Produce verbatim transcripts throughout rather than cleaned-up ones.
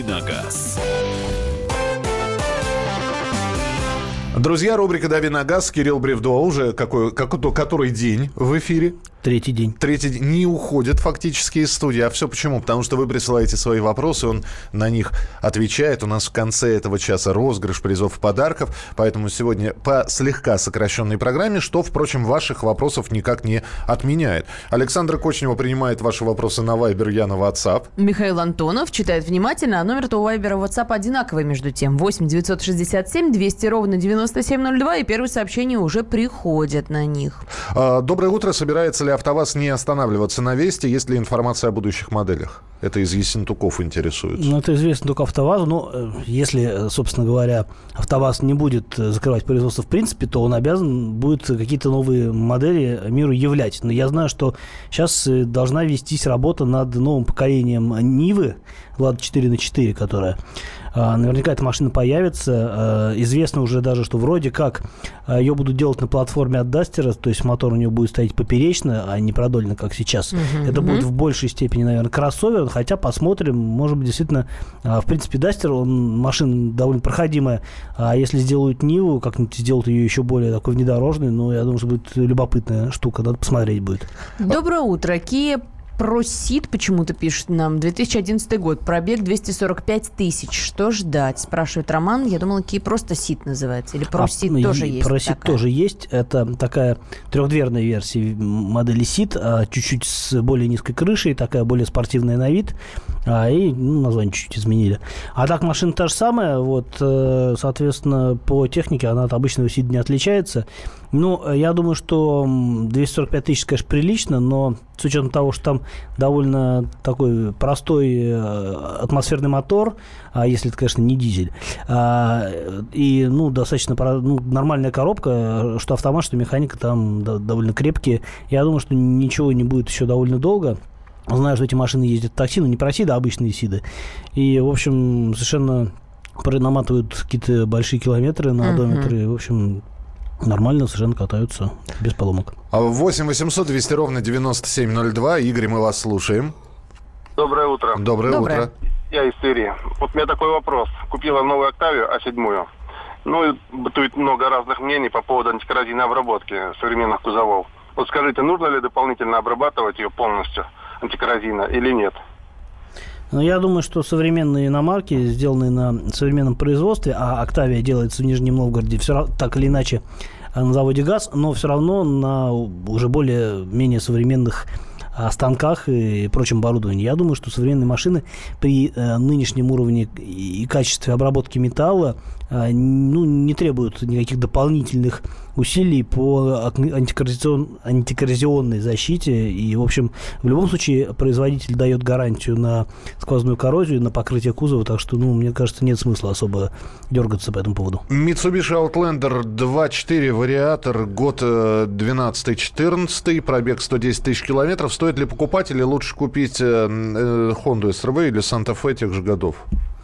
«Дави на газ». Друзья, рубрика «Дави на газ». Кирилл Бревдо уже какой, какой, который день в эфире? Третий день. Третий день. Не уходит фактически из студии. А все почему? Потому что вы присылаете свои вопросы, он на них отвечает. У нас в конце этого часа розыгрыш призов и подарков. Поэтому сегодня по слегка сокращенной программе, что, впрочем, ваших вопросов никак не отменяет. Александра Кочнева принимает ваши вопросы на Вайбер, я на WhatsApp. Михаил Антонов читает внимательно, а номер-то у Вайбера и WhatsApp одинаковый между тем. восемь девятьсот шестьдесят семь двести ровно девяносто семь ноль два, и первые сообщения уже приходят на них. Доброе утро. Собирается ли АвтоВАЗ не останавливаться на Весте? Есть ли информация о будущих моделях? Это из Ессентуков интересуется. Ну, это известно только АвтоВАЗу. Но если, собственно говоря, АвтоВАЗ не будет закрывать производство в принципе, то он обязан будет какие-то новые модели миру являть. Но я знаю, что сейчас должна вестись работа над новым поколением Нивы, Лада четыре на четыре, которая... Наверняка эта машина появится. Известно уже даже, что вроде как ее будут делать на платформе от Дастера, то есть мотор у нее будет стоять поперечно, а не продольно, как сейчас. Uh-huh, Это uh-huh. будет в большей степени, наверное, кроссовер, хотя посмотрим, может быть, действительно, в принципе, Дастер, он машина довольно проходимая, а если сделают Ниву, как-нибудь сделают ее еще более такой внедорожной, ну, я думаю, что будет любопытная штука, надо посмотреть будет. Доброе утро. Kia Просит почему-то пишет нам. две тысячи одиннадцатый год. Пробег двести сорок пять тысяч. Что ждать? Спрашивает Роман. Я думала, Kia просто Сит называется. Или Просит а, тоже есть Просит тоже есть. Это такая трехдверная версия модели Сит. Чуть-чуть с более низкой крышей. Такая более спортивная на вид. И ну, название чуть-чуть изменили. А так машина та же самая. Вот, соответственно, по технике она от обычного Сит не отличается. Ну, я думаю, что двести сорок пять тысяч, конечно, прилично, но с учетом того, что там довольно такой простой атмосферный мотор, а если это, конечно, не дизель, а, и, ну, достаточно ну, нормальная коробка, что автомат, что механика там да, довольно крепкие, я думаю, что ничего не будет еще довольно долго. Знаю, что эти машины ездят в такси, но не просиды, а обычные сиды. И, в общем, совершенно наматывают какие-то большие километры на одометр, и, в общем... Нормально совершенно катаются, без поломок. восемь восемьсот двести ровно девяносто семь ноль два. Игорь, мы вас слушаем. Доброе утро. Доброе, Доброе. утро. Я из Твери. Вот у меня такой вопрос. Купила новую Октавию, а семь. Ну, и бытует много разных мнений по поводу антикоррозийной обработки современных кузовов. Вот скажите, нужно ли дополнительно обрабатывать ее полностью антикоррозийно или нет? Ну, я думаю, что современные иномарки, сделанные на современном производстве, а Октавия делается в Нижнем Новгороде, все равно, так или иначе, на заводе ГАЗ, но все равно на уже более-менее современных станках и прочем оборудовании. Я думаю, что современные машины при э, нынешнем уровне и качестве обработки металла э, ну, не требуют никаких дополнительных усилий по антикоррозион, антикоррозионной защите. И, в общем, в любом случае производитель дает гарантию на сквозную коррозию, на покрытие кузова, так что, ну, мне кажется, нет смысла особо дергаться по этому поводу. Mitsubishi Outlander два четыре вариатор, год двенадцатый-четырнадцатый, пробег сто десять тысяч километров. Стоит ли покупать или лучше купить Honda эс эр ви или Santa Fe тех же годов?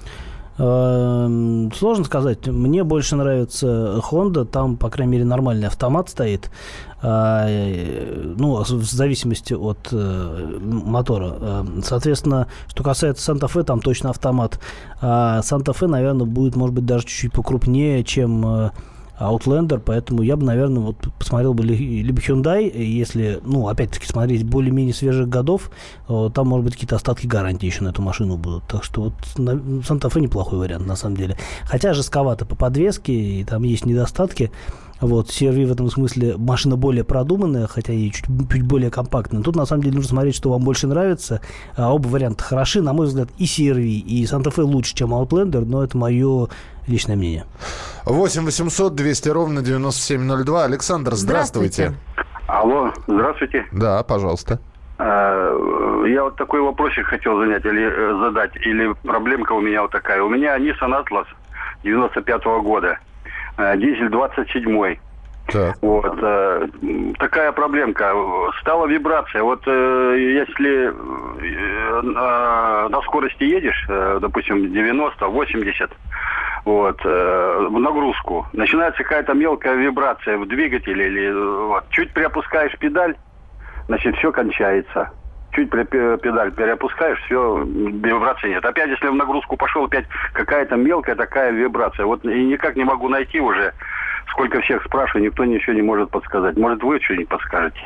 Сложно сказать. Мне больше нравится Honda. Там, по крайней мере, нормальный автомат стоит. Ну, в зависимости от мотора. Соответственно, что касается Santa Fe, там точно автомат. Santa Fe, наверное, будет, может быть, даже чуть-чуть покрупнее, чем Outlander, поэтому я бы, наверное, вот посмотрел бы либо Hyundai, если, ну, опять-таки, смотреть более-менее свежих годов, там, может быть, какие-то остатки гарантии еще на эту машину будут. Так что вот Santa Fe неплохой вариант, на самом деле. Хотя жестковато по подвеске, и там есть недостатки. Вот, си ар ви в этом смысле машина более продуманная, хотя и чуть, чуть более компактная. Тут, на самом деле, нужно смотреть, что вам больше нравится. А оба варианта хороши. На мой взгляд, и си ар ви, и Santa Fe лучше, чем Outlander, но это мое личное мнение. восемь восемьсот двести ровно девяносто семь ноль два. Александр, здравствуйте. здравствуйте. Алло, здравствуйте. Да, пожалуйста. Я вот такой вопросик хотел занять или задать, или проблемка у меня вот такая. У меня Nissan Atlas девяносто пятого года. Дизель двадцать седьмой. Так. Вот, э, такая проблемка. Стала вибрация. Вот э, если э, на скорости едешь, э, допустим, девяносто-восемьдесят, вот, э, в нагрузку, начинается какая-то мелкая вибрация в двигателе, или вот, чуть приопускаешь педаль, значит, все кончается. чуть педаль переопускаешь, все, вибрации нет. Опять, если в нагрузку пошел, опять какая-то мелкая такая вибрация. Вот и никак не могу найти уже, сколько всех спрашиваю, никто ничего не может подсказать. Может, вы что-нибудь подскажете?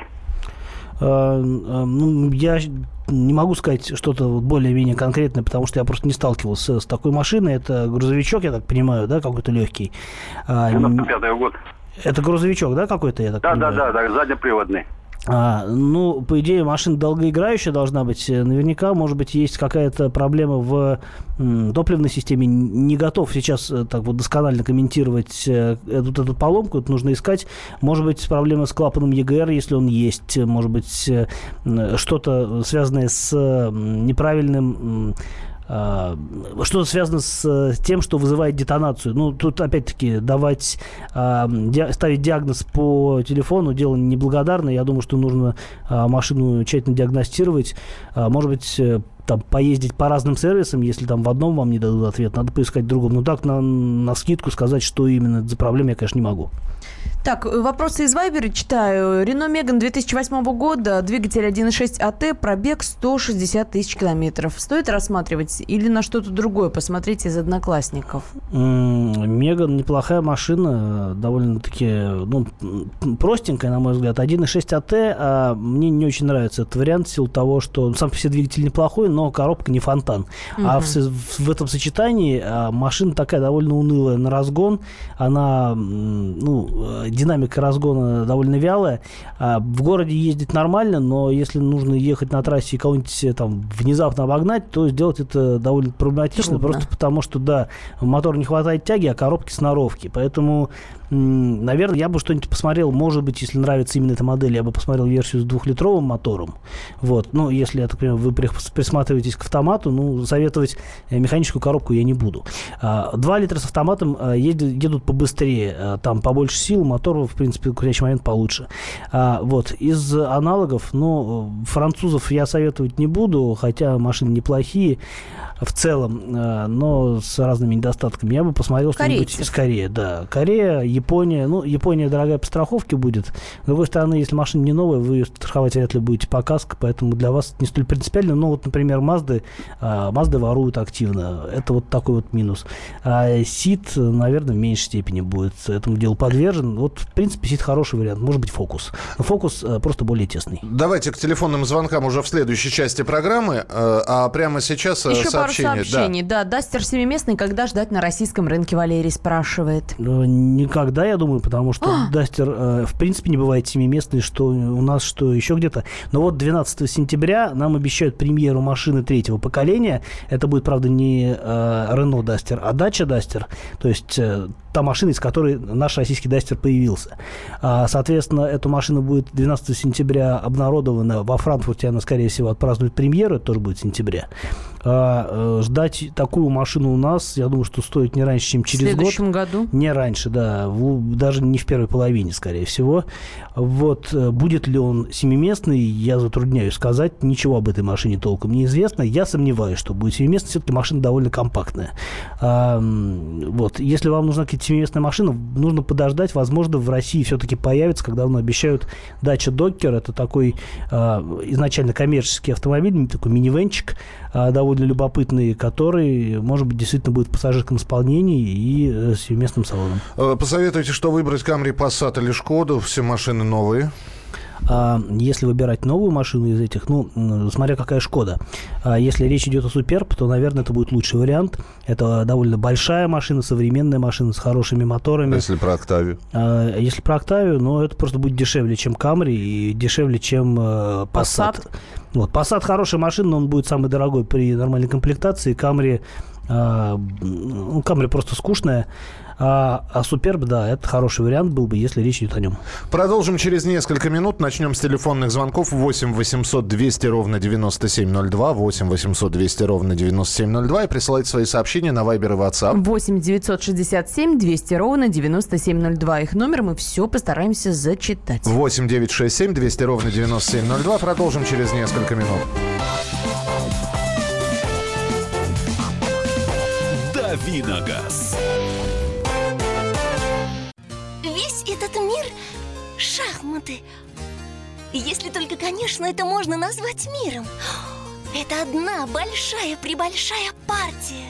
Ну, я не могу сказать что-то более-менее конкретное, потому что я просто не сталкивался с такой машиной. Это грузовичок, я так понимаю, да, какой-то легкий. девяносто пятый год. Это грузовичок, да, какой-то, я так да, понимаю? Да, да, да, заднеприводный. А, ну, по идее, машина долгоиграющая должна быть. Наверняка, может быть, есть какая-то проблема в м, топливной системе. Не готов сейчас так вот досконально комментировать э, эту, эту поломку. Это нужно искать. Может быть, проблема с клапаном и джи ар, если он есть. Может быть, э, что-то связанное с э, неправильным... Э, что-то связано с тем, что вызывает детонацию. Ну, тут, опять-таки, давать, э, ди- ставить диагноз по телефону — дело неблагодарное. Я думаю, что нужно э, машину тщательно диагностировать. Э, может быть, э, там, поездить по разным сервисам, если там в одном вам не дадут ответ, надо поискать в другом. Но так, на, на скидку сказать, что именно за проблема, я, конечно, не могу. Так, вопросы из Вайбера читаю. Рено Меган две тысячи восьмого года, двигатель один и шесть эй ти, пробег сто шестьдесят тысяч километров. Стоит рассматривать или на что-то другое посмотреть из одноклассников? Меган неплохая машина, довольно-таки, ну, простенькая, на мой взгляд. один и шесть эй ти, а мне не очень нравится этот вариант в силу того, что сам по себе двигатель неплохой, но коробка не фонтан. Uh-huh. А в, в этом сочетании а, машина такая довольно унылая на разгон. Она, ну, динамика разгона довольно вялая. А в городе ездить нормально, но если нужно ехать на трассе и кого-нибудь там внезапно обогнать, то сделать это довольно проблематично. Трудно. Просто потому, что, да, мотор не хватает тяги, а коробки сноровки. Поэтому, наверное, я бы что-нибудь посмотрел. Может быть, если нравится именно эта модель, я бы посмотрел версию с двухлитровым мотором. Вот. Ну, если, я так понимаю, вы присматриваетесь к автомату, ну, советовать механическую коробку я не буду. Два литра с автоматом едут, едут побыстрее. Там побольше сил, мотор, в принципе, в крутящий момент получше. Вот. Из аналогов, ну, французов я советовать не буду, хотя машины неплохие в целом, но с разными недостатками. Я бы посмотрел что-нибудь из Кореи. Да. Корея, Япония. Ну, Япония дорогая по страховке будет. С другой стороны, если машина не новая, вы ее страховать вряд ли будете по каско, поэтому для вас не столь принципиально. Но вот, например, Mazda, Mazda воруют активно. Это вот такой вот минус. А Сид, наверное, в меньшей степени будет этому делу подвержен. Вот, в принципе, Сид хороший вариант. Может быть, Фокус. Но Фокус просто более тесный. Давайте к телефонным звонкам уже в следующей части программы. А прямо сейчас еще сообщение. Пару сообщений. Да, да, Дастер семиместный, когда ждать на российском рынке, Валерий спрашивает. Никогда, я думаю, потому что Дастер, э, в принципе, не бывает семиместный, что у нас, что еще где-то. Но вот двенадцатого сентября нам обещают премьеру машины третьего поколения. Это будет, правда, не э, Renault Duster, а Dacia Duster. То есть э, та машина, из которой наш российский Дастер появился. А, соответственно, эта машина будет двенадцатого сентября обнародована во Франкфурте. Она, скорее всего, отпразднует премьеру. Это тоже будет сентября. А, э, ждать такую машину у нас, я думаю, что стоит не раньше, чем через год. В следующем год. году? Не раньше, да. В, даже не в первой половине, скорее всего. Вот. Будет ли он семиместный, я затрудняюсь сказать. Ничего об этой машине толком не известно. Я сомневаюсь, что будет семиместный. Все-таки машина довольно компактная. А, вот. Если вам нужна какая-то семиместная машина, нужно подождать. Возможно, в России все-таки появится, когда нам обещают Dacia Docker. Это такой а, изначально коммерческий автомобиль, такой минивенчик, а, довольно любопытный, который, может быть, действительно будет в пассажирском исполнении и э, с семиместным салоном. Посоветуйте, что выбрать: Camry, Passat или Шкоду? Все машины новые. Если выбирать новую машину из этих, ну, смотря какая Шкода. Если речь идет о Суперб, то, наверное, это будет лучший вариант. Это довольно большая машина, современная машина с хорошими моторами. Если про Октавию? Если про Октавию, ну, это просто будет дешевле, чем Camry и дешевле, чем Passat. Passat. Вот. Passat хорошая машина, но он будет самый дорогой при нормальной комплектации. Camry, ну, Camry просто скучная. А, а Суперб, да, это хороший вариант был бы, если речь идет о нем. Продолжим через несколько минут. Начнем с телефонных звонков. восемь восемьсот двести ровно девяносто семь ноль два. восемь восемьсот двести ровно девяносто семь ноль два. И присылайте свои сообщения на Viber и WhatsApp. восемь девятьсот шестьдесят семь двести ровно девяносто семь ноль два. Их номер, мы все постараемся зачитать. восемь девятьсот шестьдесят семь двести ровно девяносто семь ноль два. Продолжим через несколько минут. Давиногаз. Весь этот мир — шахматы. Если только, конечно, это можно назвать миром. Это одна большая-пребольшая партия.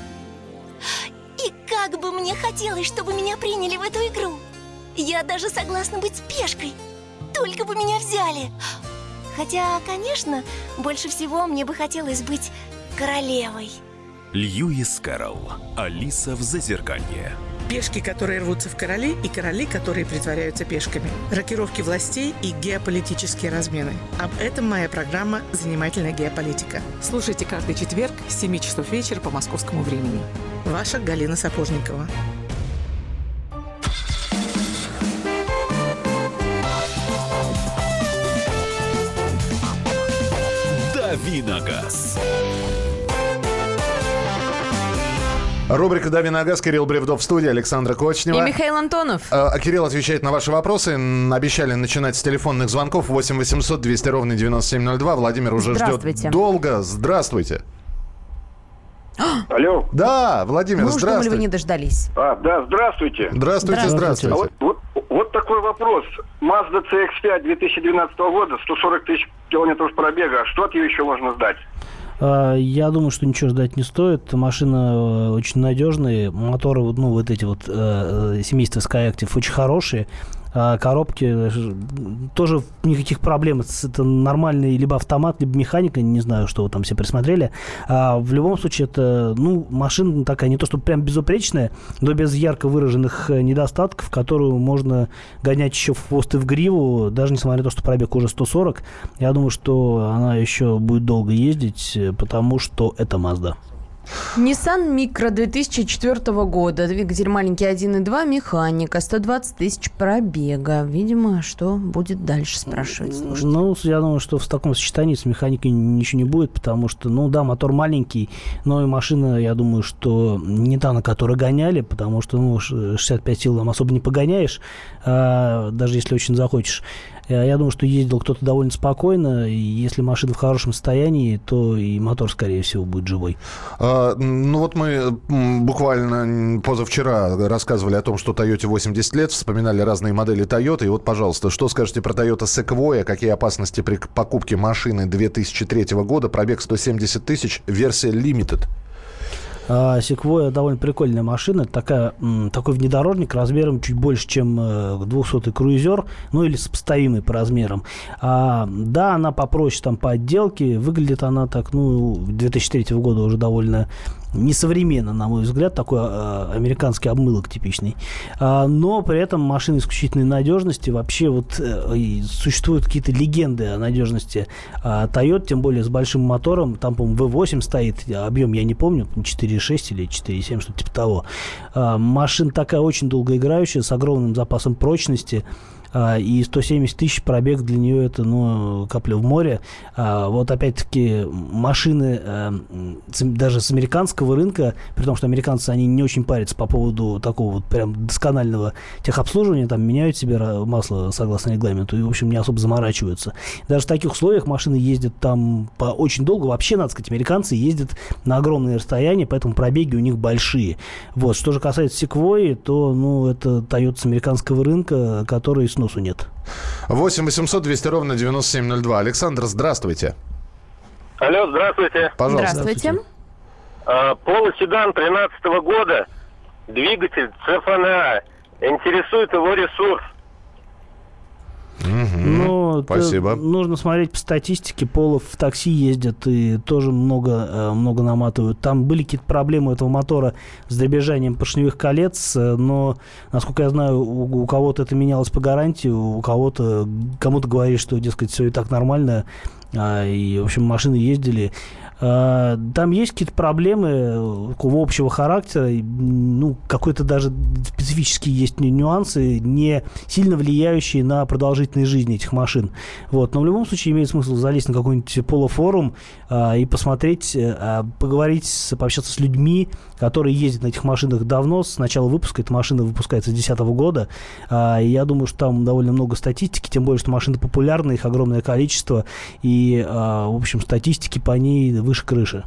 И как бы мне хотелось, чтобы меня приняли в эту игру. Я даже согласна быть пешкой. Только бы меня взяли. Хотя, конечно, больше всего мне бы хотелось быть королевой. Льюис Кэрролл. Алиса в Зазеркалье. Пешки, которые рвутся в короли, и короли, которые притворяются пешками. Рокировки властей и геополитические размены. Об этом моя программа «Занимательная геополитика». Слушайте каждый четверг с семи часов вечера по московскому времени. Ваша Галина Сапожникова. Давиногаз. Рубрика «Дави на газ», Кирилл Бревдов в студии, Александра Кочнева. И Михаил Антонов. А, Кирилл отвечает на ваши вопросы. Обещали начинать с телефонных звонков. восемь восемьсот двести ровно девяносто семь ноль два. Владимир уже ждет долго. Здравствуйте. Алло. Да, Владимир, Мы уж здравствуйте. думали, вы не дождались. А, да, здравствуйте. Здравствуйте, здравствуйте. А вот, вот, вот такой вопрос. Mazda си икс пять две тысячи двенадцатого года, сто сорок тысяч километров пробега. Что от нее еще можно ждать? Я думаю, что ничего ждать не стоит. Машина очень надежная. Моторы, ну, вот эти вот э, семейства Skyactiv очень хорошие. А коробки тоже никаких проблем. Это нормальный либо автомат, либо механика. Не знаю, что вы там все присмотрели. А в любом случае, это, ну, машина такая, не то чтобы прям безупречная, но без ярко выраженных недостатков, которую можно гонять еще в хвост и в гриву. Даже несмотря на то, что пробег уже сто сорок, я думаю, что она еще будет долго ездить, потому что это Mazda. Nissan Micra две тысячи четвёртого года. Двигатель маленький один и два, механика, сто двадцать тысяч пробега. Видимо, что будет дальше, спрашивает слушатель. Ну, я думаю, что в таком сочетании с механикой ничего не будет, потому что, ну да, мотор маленький, но и машина, я думаю, что не та, на которой гоняли, потому что, ну, шестьдесят пять сил там особо не погоняешь, а, даже если очень захочешь. Я думаю, что ездил кто-то довольно спокойно, и если машина в хорошем состоянии, то и мотор, скорее всего, будет живой. А, ну вот мы буквально позавчера рассказывали о том, что Toyota восемьдесят лет, вспоминали разные модели Toyota, и вот, пожалуйста, что скажете про Toyota Sequoia, какие опасности при покупке машины две тысячи третьего года, пробег сто семьдесят тысяч, версия Limited? Sequoia довольно прикольная машина. Это такая, такой внедорожник размером чуть больше, чем двухсотый круизер, ну или сопоставимый по размерам. А, да, она попроще там по отделке. Выглядит она так, ну, две тысячи третьего года уже довольно несовременно, на мой взгляд, такой а, американский обмылок типичный. А, но при этом машина исключительной надежности. Вообще вот а, существуют какие-то легенды о надежности а, Toyota, тем более с большим мотором. Там, по-моему, ви восемь стоит, объем я не помню, четыре и шесть или четыре и семь, что-то типа того. А, машина такая очень долгоиграющая, с огромным запасом прочности. И сто семьдесят тысяч пробег для нее это, ну, капля в море. А вот опять-таки машины а, даже с американского рынка, при том, что американцы, они не очень парятся по поводу такого вот прям досконального техобслуживания, там меняют себе масло согласно регламенту и, в общем, не особо заморачиваются. Даже в таких условиях машины ездят там по очень долго. Вообще, надо сказать, американцы ездят на огромные расстояния, поэтому пробеги у них большие. Вот. Что же касается Sequoia, то, ну, это Toyota с американского рынка, который снова нет. восемь восемьсот двести ровно девяносто семь ноль два. Александр, здравствуйте. Алло, здравствуйте. Пожалуйста. Здравствуйте. А, полоседан тринадцатого года, двигатель си эф эн а. Интересует его ресурс. Угу. Ну, спасибо. Нужно смотреть по статистике. Полов в такси ездят и тоже много, много наматывают. Там были какие-то проблемы у этого мотора с дребезжанием поршневых колец, но, насколько я знаю, у, у кого-то это менялось по гарантии, у кого-то, кому-то говорили, что, дескать, все и так нормально. И, в общем, машины ездили. Там есть какие-то проблемы такого общего характера, ну, какой-то даже специфические есть нюансы, не сильно влияющие на продолжительность жизни этих машин. Вот. Но в любом случае имеет смысл залезть на какой-нибудь полофорум а, и посмотреть, а, поговорить, пообщаться с людьми, которые ездят на этих машинах давно, с начала выпуска. Эта машина выпускается с две тысячи десятого года. А, и я думаю, что там довольно много статистики, тем более, что машины популярны, их огромное количество. И и, в общем, статистики по ней выше крыши.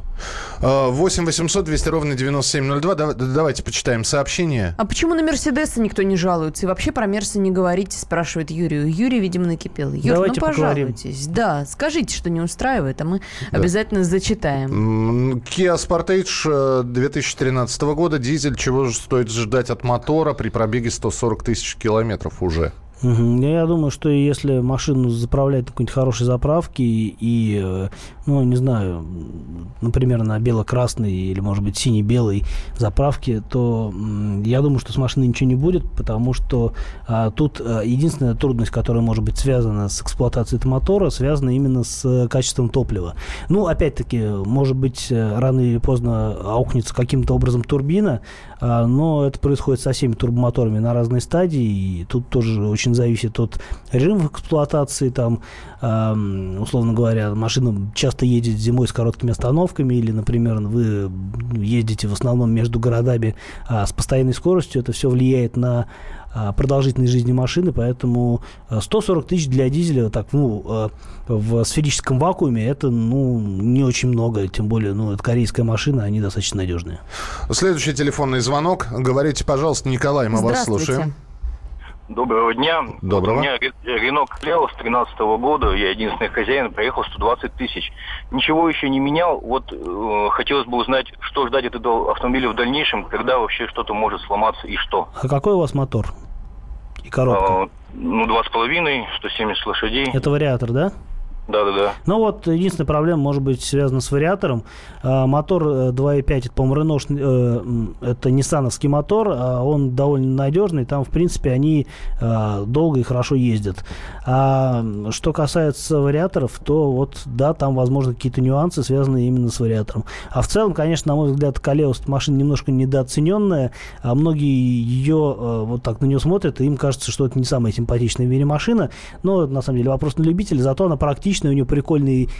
восемь восемьсот двести ровно девяносто семь ноль два. Давайте почитаем сообщение. А почему на Мерседесы никто не жалуется? И вообще про Мерсы не говорите, спрашивает Юрий. Юрий, видимо, накипел. Юр, Давайте ну поговорим. пожалуйтесь. Да, скажите, что не устраивает, а мы да. обязательно зачитаем. Kia Sportage две тысячи тринадцатого года, дизель, чего же стоит ждать от мотора при пробеге сто сорок тысяч километров уже? Угу. Я думаю, что если машину заправлять на какой-нибудь хорошей заправке и, и, ну, не знаю, например, на бело-красной или, может быть, сине-белой заправке, то я думаю, что с машиной ничего не будет, потому что а, тут а, единственная трудность, которая может быть связана с эксплуатацией этого мотора, связана именно с качеством топлива. Ну, опять-таки, может быть, рано или поздно аукнется каким-то образом турбина, а, но это происходит со всеми турбомоторами на разной стадии, и тут тоже очень зависит от режима эксплуатации. Там, э, условно говоря, машина часто едет зимой с короткими остановками, или, например, вы ездите в основном между городами а, с постоянной скоростью. Это все влияет на а, продолжительность жизни машины, поэтому сто сорок тысяч для дизеля так, ну, а, в сферическом вакууме это, ну, не очень много, тем более, ну, это корейская машина, они достаточно надежные. Следующий телефонный звонок. Говорите, пожалуйста, Николай, мы вас слушаем. Доброго дня. Доброго. У меня Renault Clio с тринадцатого года, я единственный хозяин, проехал сто двадцать тысяч. Ничего еще не менял. Вот э, хотелось бы узнать, что ждать от этого автомобиля в дальнейшем, когда вообще что-то может сломаться и что. А какой у вас мотор и коробка? Э, ну, два с половиной, сто семьдесят лошадей. Это вариатор, да? Да-да-да. Ну вот, единственная проблема может быть связана с вариатором. А, мотор два и пять, это, по-моему, Renault, э, это ниссановский мотор, а он довольно надежный, там, в принципе, они э, долго и хорошо ездят. А что касается вариаторов, то вот, да, там, возможно, какие-то нюансы, связанные именно с вариатором. А в целом, конечно, на мой взгляд, Kaleo машина немножко недооцененная, а многие ее э, вот так на нее смотрят, и им кажется, что это не самая симпатичная в мире машина, но, на самом деле, вопрос на любителя, зато она практичная. У нее прикольный,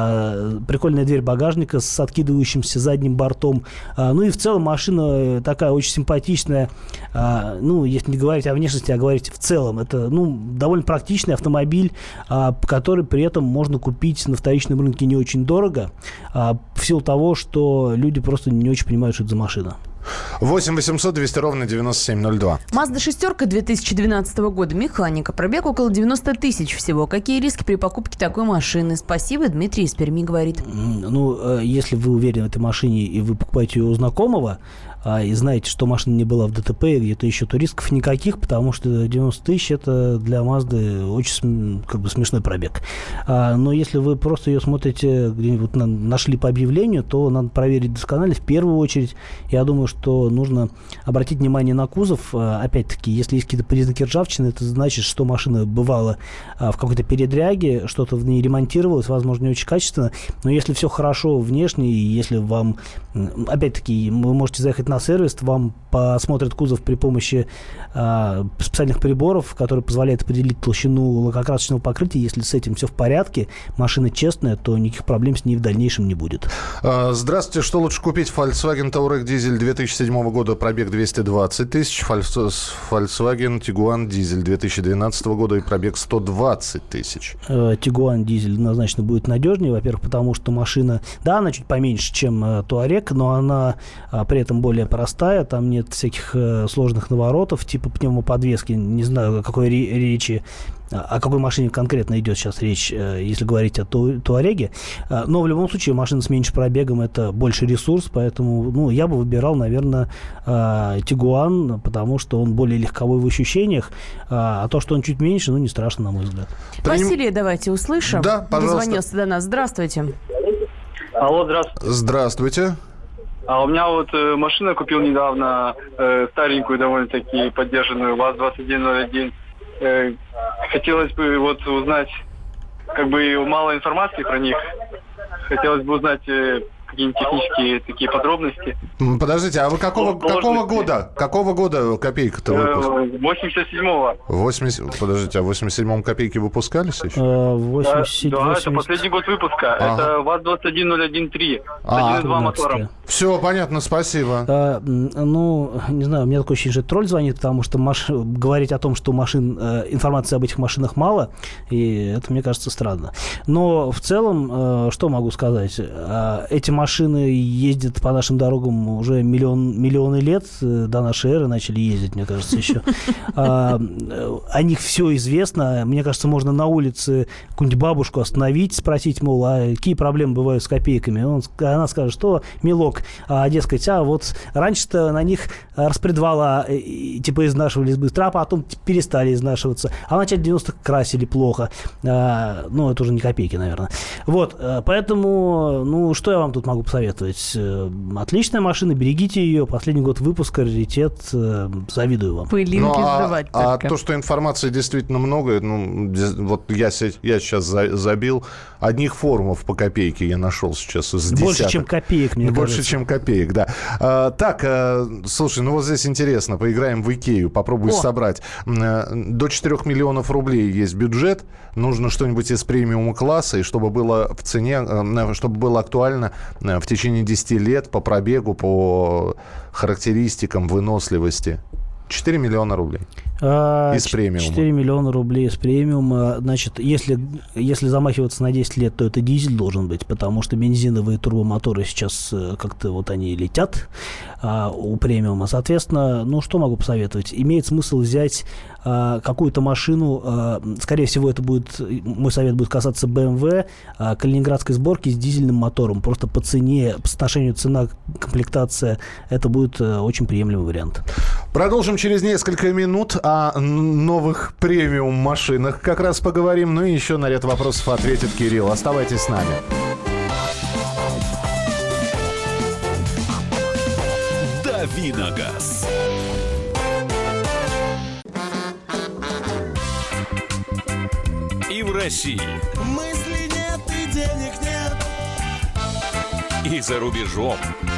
а, прикольная дверь багажника с откидывающимся задним бортом. А, ну и в целом машина такая очень симпатичная. А, ну, если не говорить о внешности, а говорить в целом. Это, ну, довольно практичный автомобиль, а, который при этом можно купить на вторичном рынке не очень дорого, а, в силу того, что люди просто не очень понимают, что это за машина. восемь восемьсот двести ровно девяносто семь ноль два. Mazda шестерка две тысячи двенадцатого года, механика, пробег около девяносто тысяч всего. Какие риски при покупке такой машины? Спасибо, Дмитрий из Перми говорит. Ну, если вы уверены в этой машине и вы покупаете ее у знакомого, а, и знаете, что машина не была в ДТП и где-то еще, то рисков никаких, потому что девяносто тысяч это для Mazda очень как бы смешной пробег. А, но если вы просто ее смотрите, где-нибудь на, нашли по объявлению, то надо проверить досконально. В первую очередь, я думаю, что нужно обратить внимание на кузов. А, опять-таки, если есть какие-то признаки ржавчины, это значит, что машина бывала а, в какой-то передряге, что-то в ней ремонтировалось, возможно, не очень качественно. Но если все хорошо внешне, и если вам, опять-таки, вы можете заехать на сервис, вам посмотрят кузов при помощи а, специальных приборов, которые позволяют определить толщину лакокрасочного покрытия. Если с этим все в порядке, машина честная, то никаких проблем с ней в дальнейшем не будет. Здравствуйте. Что лучше купить? Volkswagen Touareg дизель две тысячи седьмого года, пробег двести двадцать тысяч. Volkswagen Tiguan дизель две тысячи двенадцатого года и пробег сто двадцать тысяч. Tiguan дизель однозначно будет надежнее. Во-первых, потому что машина, да, она чуть поменьше, чем Touareg, но она а, при этом более простая, там нет всяких э, сложных наворотов, типа пневмоподвески, не знаю, о какой речи, о какой машине конкретно идет сейчас речь, э, если говорить о ту, Туареге, э, но в любом случае машина с меньшим пробегом это больше ресурс, поэтому, ну, я бы выбирал, наверное, э, Тигуан, потому что он более легковой в ощущениях, э, а то, что он чуть меньше, ну, не страшно, на мой взгляд. Василия, давайте услышим. Да, пожалуйста. Дозвонился до нас. Здравствуйте. Алло, здравствуйте. Здравствуйте. А у меня вот э, машину купил недавно, э, старенькую довольно-таки, поддержанную, ВАЗ двадцать один ноль один. Э, хотелось бы вот узнать, как бы мало информации про них. Хотелось бы узнать, э, какие-нибудь технические такие подробности. Подождите, а вы какого, Ну, какого может быть, года? Какого года копейка-то выпуск? восемьдесят седьмого. восемьдесят, подождите, а в восемьдесят седьмом копейки выпускались еще? Э, восемьдесят, Да, да, восемьдесят. это последний год выпуска. Ага. Это ВАЗ двадцать один ноль один три. А, один и два мотором. Все, понятно, спасибо. А, ну, не знаю, у меня такое ощущение, что тролль звонит, потому что маш... говорить о том, что у машин, э, информации об этих машинах мало, и это, мне кажется, странно. Но в целом, э, что могу сказать? Э, эти машины ездят по нашим дорогам уже миллион, миллионы лет, э, до нашей эры начали ездить, мне кажется, еще. О них все известно. Мне кажется, можно на улице какую-нибудь бабушку остановить, спросить, мол, а какие проблемы бывают с копейками? Он, она скажет, что, милок, а, дескать, а вот раньше-то на них распредвала типа изнашивались быстро, а потом перестали изнашиваться. А в начале девяностых красили плохо. А, ну, это уже не копейки, наверное. Вот, поэтому, ну, что я вам тут могу посоветовать? Отличная машина, берегите ее. Последний год выпуска, раритет. Завидую вам. Пылинки Ну, а, сдувать а только. то, что информации действительно много, ну, вот я, се- я сейчас за- забил, одних форумов по копейке я нашел сейчас из Больше, десяток. чем копеек, мне Больше, кажется. чем копеек, да. А, так, а, слушай, ну вот здесь интересно. Поиграем в Икею, попробуй О. собрать. А, до четырех миллионов рублей есть бюджет. Нужно что-нибудь из премиум-класса, и чтобы было в цене, а, чтобы было актуально а, в течение десяти лет по пробегу, по характеристикам, выносливости. четыре миллиона рублей. А, Из премиума. четыре миллиона рублей из премиума. Значит, если, если замахиваться на десять лет, то это дизель должен быть, потому что бензиновые турбомоторы сейчас э, как-то вот они летят а, у премиума. Соответственно, ну что могу посоветовать? Имеет смысл взять а, какую-то машину, а, скорее всего, это будет, мой совет будет касаться бэ эм вэ, а, калининградской сборки с дизельным мотором. Просто по цене, по соотношению цена-комплектация, это будет а, очень приемлемый вариант. Продолжим через несколько минут. О новых премиум-машинах как раз поговорим. Ну и еще на ряд вопросов ответит Кирилл. Оставайтесь с нами. Давиногаз. И в России. Мысли нет и денег нет. И за рубежом.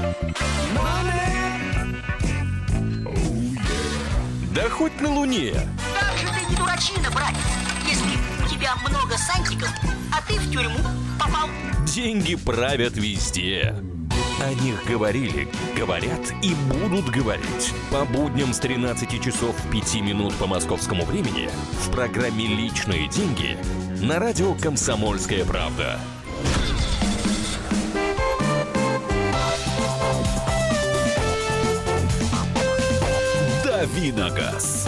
Да хоть на Луне. Как же ты не дурачина, братец, если у тебя много сантиков, а ты в тюрьму попал. Деньги правят везде. О них говорили, говорят и будут говорить. По будням с тринадцати часов пяти минут по московскому времени в программе «Личные деньги» на радио «Комсомольская правда». Давиногаз.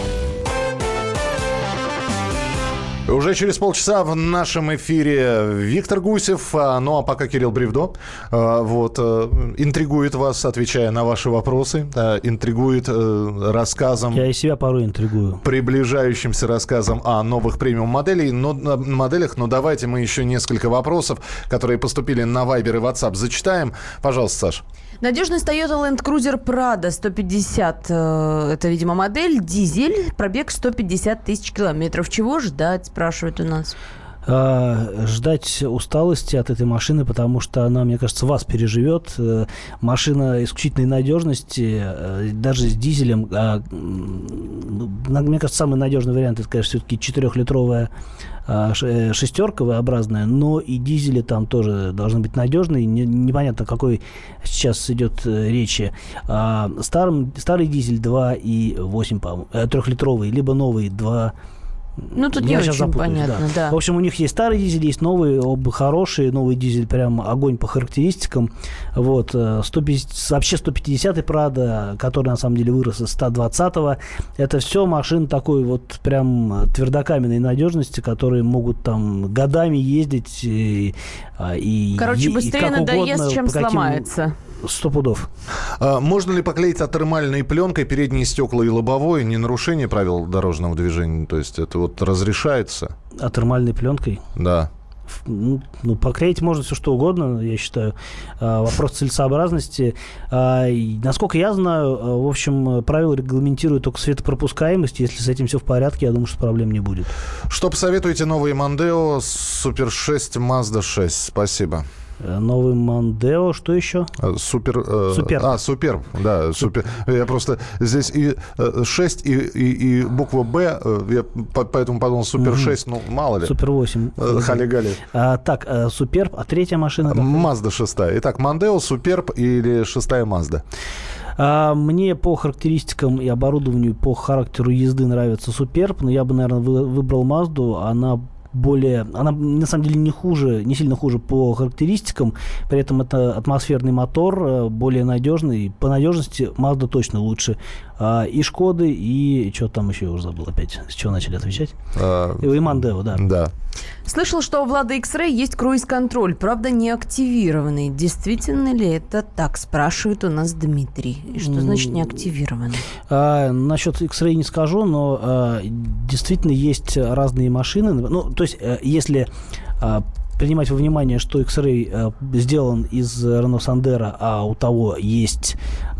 Уже через полчаса в нашем эфире Виктор Гусев, ну а пока Кирилл Бревдо вот, интригует вас, отвечая на ваши вопросы, интригует рассказом... Я и себя порой интригую. Приближающимся рассказом о новых премиум-моделях, но, моделях, но давайте мы еще несколько вопросов, которые поступили на Viber и WhatsApp, зачитаем. Пожалуйста, Саш. Надежность Toyota Land Cruiser Prado сто пятьдесят, э, это, видимо, модель, дизель, пробег сто пятьдесят тысяч километров. Чего ждать, спрашивают у нас? А, ждать усталости от этой машины, потому что она, мне кажется, вас переживет. Машина исключительной надежности, даже с дизелем. А, мне кажется, самый надежный вариант, это, конечно, все-таки четырехлитровая шестерка V-образная, но и дизели там тоже должны быть надежные. Не, непонятно, какой сейчас идет речи. А, старым, старый дизель два и восемь, по-моему, трехлитровый, либо новый два. Ну, тут Я не сейчас очень запутаюсь, понятно, да. В общем, у них есть старый дизель, есть новый, оба хорошие. Новый дизель прям огонь по характеристикам. Вот. сто пятьдесят, вообще сто пятидесятый Prado, который на самом деле вырос из ста двадцатого. Это все машины такой вот прям твердокаменной надежности, которые могут там годами ездить. И, и, Короче, и, быстрее и надоест, угодно, чем по каким... сломается. Сто пудов. А, можно ли поклеить атермальной пленкой передние стекла и лобовое? Не нарушение правил дорожного движения? То есть это вот разрешается? Атермальной пленкой? Да. Ну, ну, поклеить можно все что угодно, я считаю. А, вопрос целесообразности. А, и, насколько я знаю, в общем, правила регламентируют только светопропускаемость. Если с этим все в порядке, я думаю, что проблем не будет. Что посоветуете? Новые Мондео, Супер шесть, Мазда шесть. Спасибо. Новый Мондео, что еще? Супер. Э, Суперб. А, Суперб, да, супер. Я просто здесь и шесть, и, и, и буква Б, я поэтому подумал Супер шесть, ну, мало ли. Супер восемь. Хали-гали. А, так, Суперб, а третья машина? Мазда шестая. Итак, Мондео, Суперб или шестая Мазда? А, мне по характеристикам и оборудованию, по характеру езды нравится Суперб, но я бы, наверное, вы, выбрал Мазду. Она более, она на самом деле не хуже, не сильно хуже по характеристикам, при этом это атмосферный мотор, более надежный, по надежности Mazda точно лучше. А, и Шкоды, и что там еще, я уже забыл опять, с чего начали отвечать? А, и Мондео, да. Да. Слышал, что у Влада X-Ray есть круиз-контроль, правда, не активированный. Действительно ли это так, спрашивает у нас Дмитрий. И что значит не активированный? А, насчет X-Ray не скажу, но а, действительно есть разные машины. Ну, то есть, а, если а, принимать во внимание, что X-Ray а, сделан из Renault Sandero, а у того есть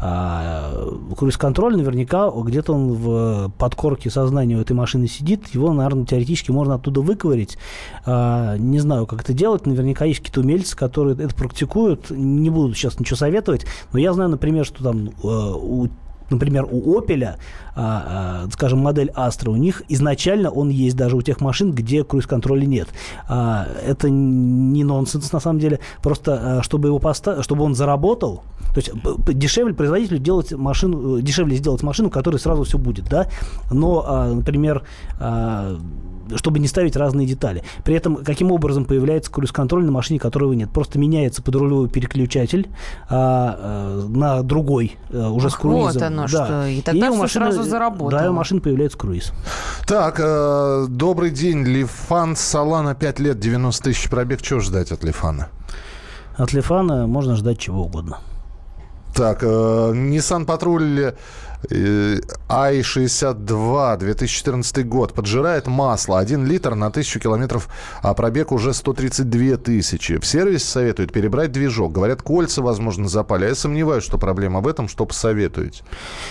а, круиз-контроль, наверняка где-то он в подкорке сознания у этой машины сидит, его, наверное, теоретически можно оттуда выковырить. А, не знаю, как это делать, наверняка есть какие-то умельцы, которые это практикуют, не буду сейчас ничего советовать, но я знаю, например, что там у Например, у Opel, а, а, скажем, модель Astra, у них изначально он есть даже у тех машин, где круиз-контроля нет. А, это не нонсенс, на самом деле. Просто, а, чтобы, его поста- чтобы он заработал, то есть дешевле производителю делать машину, дешевле сделать машину, в которой сразу все будет, да? Но, а, например, а, чтобы не ставить разные детали. При этом, каким образом появляется круиз-контроль на машине, которого нет? Просто меняется подрулевой переключатель а, а, на другой, а, уже Ах, с круизом. Вот оно да. что. И тогда и все машины, сразу заработало. Да, и у машины появляется круиз. Так, э, добрый день. Лифан Солана, пять лет, девяносто тысяч пробег. Чего ждать от Лифана? От Лифана можно ждать чего угодно. Так, э, Nissan Patrol ай шестьдесят два, две тысячи четырнадцатый год. Поджирает масло. один литр на тысячу километров, а пробег уже сто тридцать две тысячи. В сервисе советуют перебрать движок. Говорят, кольца, возможно, запали. А я сомневаюсь, что проблема в этом. Что посоветуете?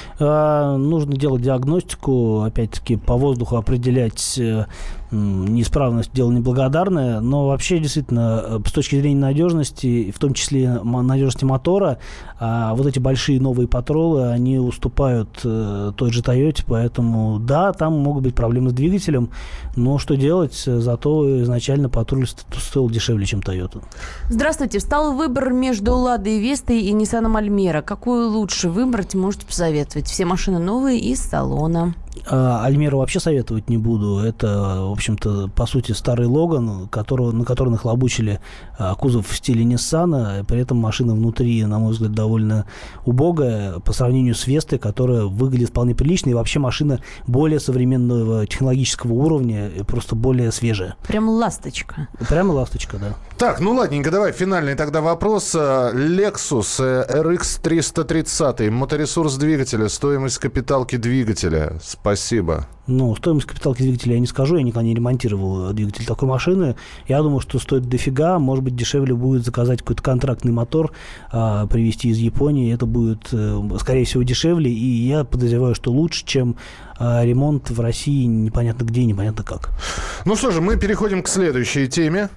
А, нужно делать диагностику. Опять-таки, по воздуху определять неисправность. Дело неблагодарное. Но вообще, действительно, с точки зрения надежности, в том числе надежности мотора, вот эти большие новые патролы, они уступают той же Toyota, поэтому да, там могут быть проблемы с двигателем, но что делать, зато изначально патруль стоил дешевле, чем Toyota. Здравствуйте, встал выбор между Ладой Вестой и Ниссаном Альмера. Какую лучше выбрать, можете посоветовать? Все машины новые из салона. Альмеру вообще советовать не буду. Это, в общем-то, по сути, старый Логан, которого, на который нахлобучили кузов в стиле Ниссана. При этом машина внутри, на мой взгляд, довольно убогая по сравнению с Вестой, которая выглядит вполне прилично. И вообще машина более современного технологического уровня, просто более свежая. Прям ласточка. Прямо ласточка, да. Так, ну ладненько, давай финальный тогда вопрос. Lexus эр икс триста тридцать, моторесурс двигателя, стоимость капиталки двигателя. Спасибо. Ну, стоимость капиталки двигателя я не скажу, я никогда не ремонтировал двигатель такой машины. Я думаю, что стоит дофига, может быть, дешевле будет заказать какой-то контрактный мотор, а, привезти из Японии, это будет, скорее всего, дешевле, и я подозреваю, что лучше, чем а, ремонт в России непонятно где, непонятно как. Ну что же, мы переходим к следующей теме.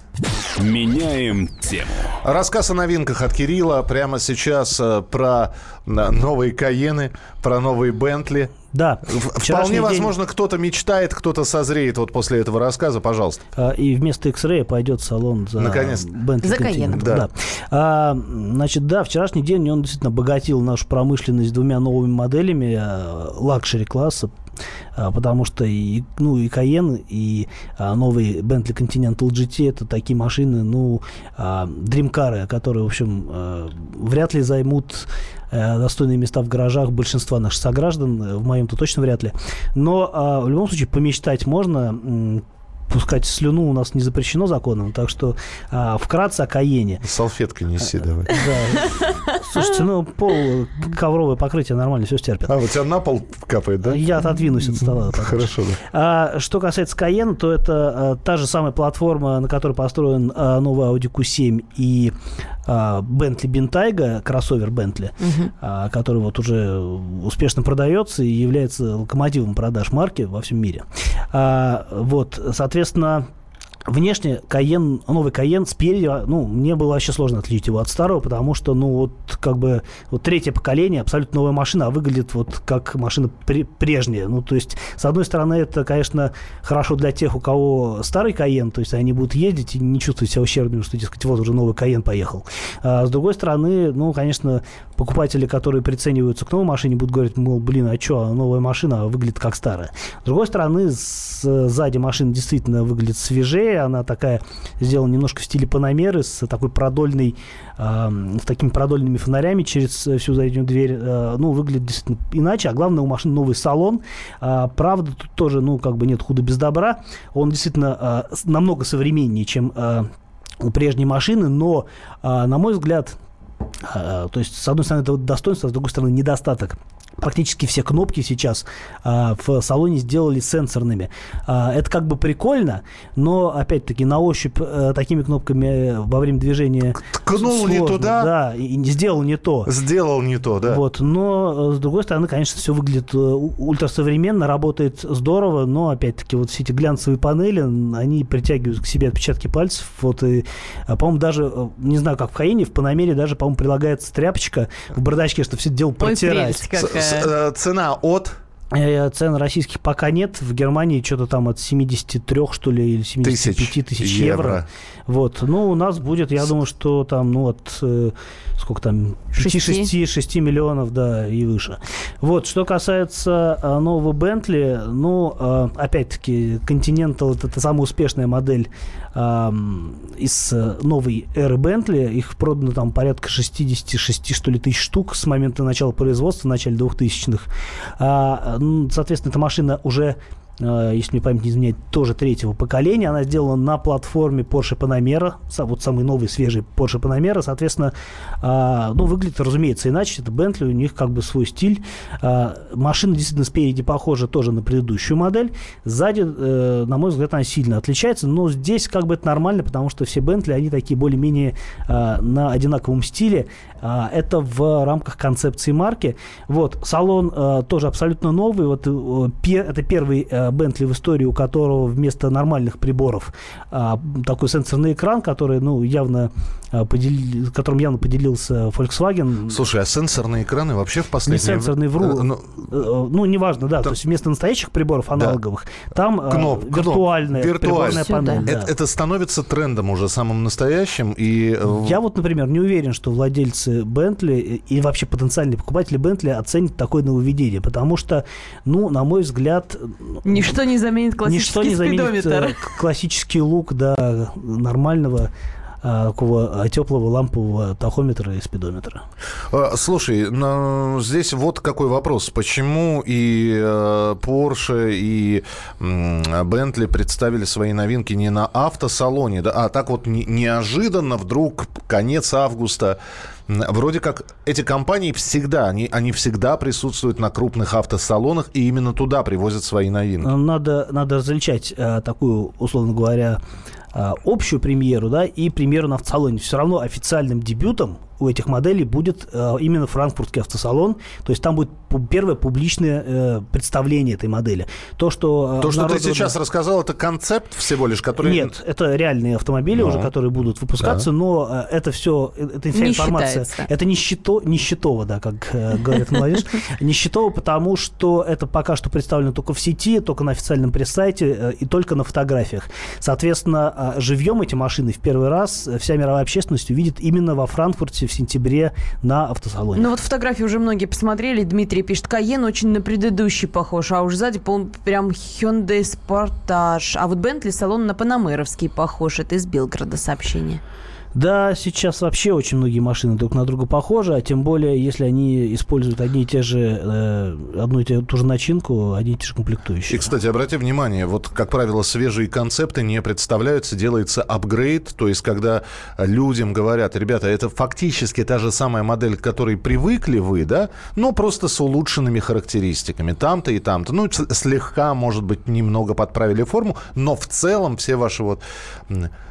Меняем тему. Рассказ о новинках от Кирилла прямо сейчас про новые Каены, про новые Бентли. Да. Вполне день... возможно, кто-то мечтает, кто-то созреет вот после этого рассказа. Пожалуйста. А, и вместо X-Ray пойдет салон за Bentley за Каен. Да. Да. А, значит, да, вчерашний день он действительно обогатил нашу промышленность двумя новыми моделями лакшери-класса. Потому что и, ну, и Cayenne, и а, новый Bentley Continental джи ти это такие машины, ну, а, дрим-кары, которые, в общем, а, вряд ли займут а, достойные места в гаражах большинства наших сограждан, в моем-то точно вряд ли. Но а, в любом случае помечтать можно. Пускать слюну у нас не запрещено законом, так что а, вкратце о Каене. Салфеткой неси давай. Да. Слушайте, ну пол, ковровое покрытие нормально, все стерпит. А, у тебя на пол капает, да? Я отодвинусь от стола. Хорошо, да. А, что касается Каена, то это а, та же самая платформа, на которой построен а, новый Audi кью семь и а, Bentley Bentayga, кроссовер Bentley, uh-huh. а, который вот уже успешно продается и является локомотивом продаж марки во всем мире. А, вот, соответственно, Соответственно, Внешне Кайен, новый Кайен спереди, ну, мне было вообще сложно отличить его от старого, потому что, ну, вот, как бы, вот третье поколение, абсолютно новая машина, а выглядит вот как машина при- прежняя. Ну, то есть, с одной стороны, это, конечно, хорошо для тех, у кого старый Кайен, то есть, они будут ездить и не чувствовать себя ущербными, что, дескать, вот уже новый Кайен поехал. А с другой стороны, ну, конечно, покупатели, которые прицениваются к новой машине, будут говорить, мол, блин, а что, новая машина выглядит как старая. С другой стороны, с, сзади машина действительно выглядит свежее, она такая сделана немножко в стиле Панамеры, с такой продольной, э, с такими продольными фонарями через всю заднюю дверь. Э, ну, выглядит действительно иначе, а главное, у машины новый салон. Э, правда, тут тоже, ну, как бы нет худа без добра. Он действительно э, намного современнее, чем э, у прежней машины, но, э, на мой взгляд, э, то есть, с одной стороны, это достоинство, а с другой стороны, недостаток. Практически все кнопки сейчас а, в салоне сделали сенсорными. А, это как бы прикольно, но, опять-таки, на ощупь а, такими кнопками во время движения ткнул сложно, не туда. Да, и, и сделал не то. Сделал не то, да. Вот, но, с другой стороны, конечно, все выглядит ультрасовременно, работает здорово, но, опять-таки, вот все эти глянцевые панели, они притягивают к себе отпечатки пальцев. Вот, и, по-моему, даже, не знаю, как в Кайене, в Панамере даже, по-моему, прилагается тряпочка в бардачке, чтобы все это дело протирать. Цена от... Цен российских пока нет. В Германии что-то там от семьдесят три, что ли, или семьдесят пять тысяч евро. евро. Вот. Ну, у нас будет, я думаю, что там, ну, от, э, сколько там, пять-шесть миллионов, да, и выше. Вот. Что касается э, нового Бентли, ну, э, опять-таки, Continental — это, это самая успешная модель э, из э, новой эры Бентли. Их продано там порядка шестьдесят шесть, что ли, тысяч штук с момента начала производства, в начале двухтысячных. А, соответственно, эта машина уже, если мне память не изменяет, тоже третьего поколения. Она сделана на платформе Porsche Panamera, вот самый новый, свежий Porsche Panamera. Соответственно, ну, выглядит, разумеется, иначе. Это Bentley, у них как бы свой стиль. Машина действительно спереди похожа тоже на предыдущую модель. Сзади, на мой взгляд, она сильно отличается. Но здесь как бы это нормально, потому что все Bentley, они такие более-менее на одинаковом стиле. Это в рамках концепции марки. Вот, салон тоже абсолютно новый. Вот, это первый Bentley в истории, у которого вместо нормальных приборов а, такой сенсорный экран, который, ну, явно а, подели... которым явно поделился Volkswagen. Слушай, а сенсорные экраны вообще в последнее время... Не сенсорный, вру. А, ну, ну, неважно, да. Там... То есть вместо настоящих приборов аналоговых, да. там Кноп, а, виртуальная кноп. приборная Все, панель. Да. Это, это становится трендом уже самым настоящим. И... Я вот, например, не уверен, что владельцы Bentley и вообще потенциальные покупатели Bentley оценят такое нововведение, потому что, ну, на мой взгляд... Ничто не заменит классический Ничто не заменит спидометр. Классический лук, да, нормального такого теплого лампового тахометра и спидометра. Слушай, ну, здесь вот какой вопрос. Почему и Porsche, и Bentley представили свои новинки не на автосалоне, да, а так вот неожиданно вдруг конец августа? Вроде как эти компании всегда, они, они всегда присутствуют на крупных автосалонах, и именно туда привозят свои новинки. Надо, надо различать а, такую, условно говоря, а, общую премьеру, да, и премьеру на автосалоне. Все равно официальным дебютом у этих моделей будет э, именно франкфуртский автосалон. То есть там будет первое публичное э, представление этой модели. То, что, э, То, что ты сейчас рассказал, это концепт всего лишь, который... Нет, это реальные автомобили, но. уже, которые будут выпускаться, да. но э, это все, это вся не информация... Считается. Это не, счето, не счетово, да, как э, говорят молодежь. Не счетово, потому что это пока что представлено только в сети, только на официальном пресс-сайте э, и только на фотографиях. Соответственно, э, живьем эти машины в первый раз вся мировая общественность увидит именно во Франкфурте в сентябре на автосалоне. Ну вот фотографии уже многие посмотрели. Дмитрий пишет, Кайен очень на предыдущий похож, а уж сзади по прям Hyundai Sportage. А вот Bentley салон на панамеровский похож. Это из Белгорода сообщение. Да, сейчас вообще очень многие машины друг на друга похожи, а тем более, если они используют одни и те же, э, одну и ту же начинку, одни и те же комплектующие. И, кстати, обрати внимание, вот, как правило, свежие концепты не представляются, делается апгрейд, то есть, когда людям говорят, ребята, это фактически та же самая модель, к которой привыкли вы, да, но просто с улучшенными характеристиками, там-то и там-то, ну, слегка, может быть, немного подправили форму, но в целом все ваши вот...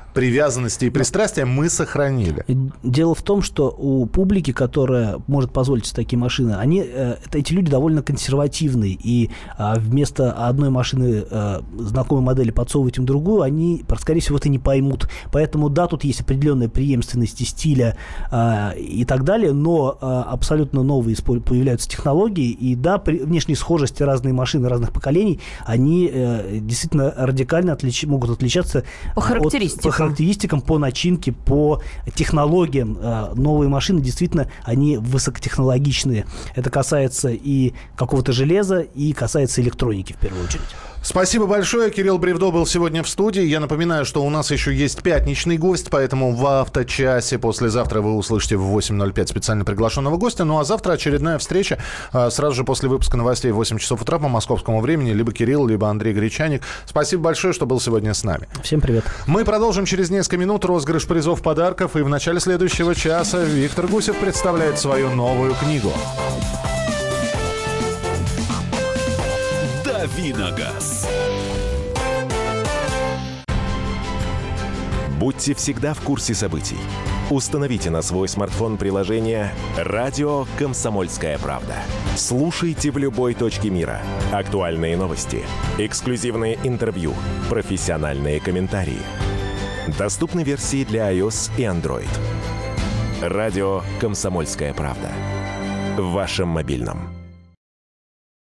привязанности и пристрастия мы сохранили. Дело в том, что у публики, которая может позволить себе такие машины, они, э, эти люди довольно консервативные, и э, вместо одной машины э, знакомой модели подсовывать им другую, они, скорее всего, это не поймут. Поэтому, да, тут есть определенная преемственность стиля э, и так далее, но э, абсолютно новые появляются технологии, и да, при внешней схожести разные машины разных поколений, они э, действительно радикально отлич... могут отличаться по характеристикам. От, по характеристикам, по начинке, по технологиям. Э, новые машины действительно, они высокотехнологичные. Это касается и какого-то железа, и касается электроники в первую очередь. Спасибо большое. Кирилл Бревдо был сегодня в студии. Я напоминаю, что у нас еще есть пятничный гость, поэтому в авточасе послезавтра вы услышите в восемь ноль пять специально приглашенного гостя. Ну а завтра очередная встреча сразу же после выпуска новостей в восемь часов утра по московскому времени. Либо Кирилл, либо Андрей Гречаник. Спасибо большое, что был сегодня с нами. Всем привет. Мы продолжим через несколько минут розыгрыш призов, подарков. И в начале следующего часа Виктор Гусев представляет свою новую книгу. Давиногаз. Будьте всегда в курсе событий. Установите на свой смартфон приложение «Радио Комсомольская правда». Слушайте в любой точке мира. Актуальные новости, эксклюзивные интервью, профессиональные комментарии. Доступны версии для iOS и Android. «Радио Комсомольская правда». В вашем мобильном.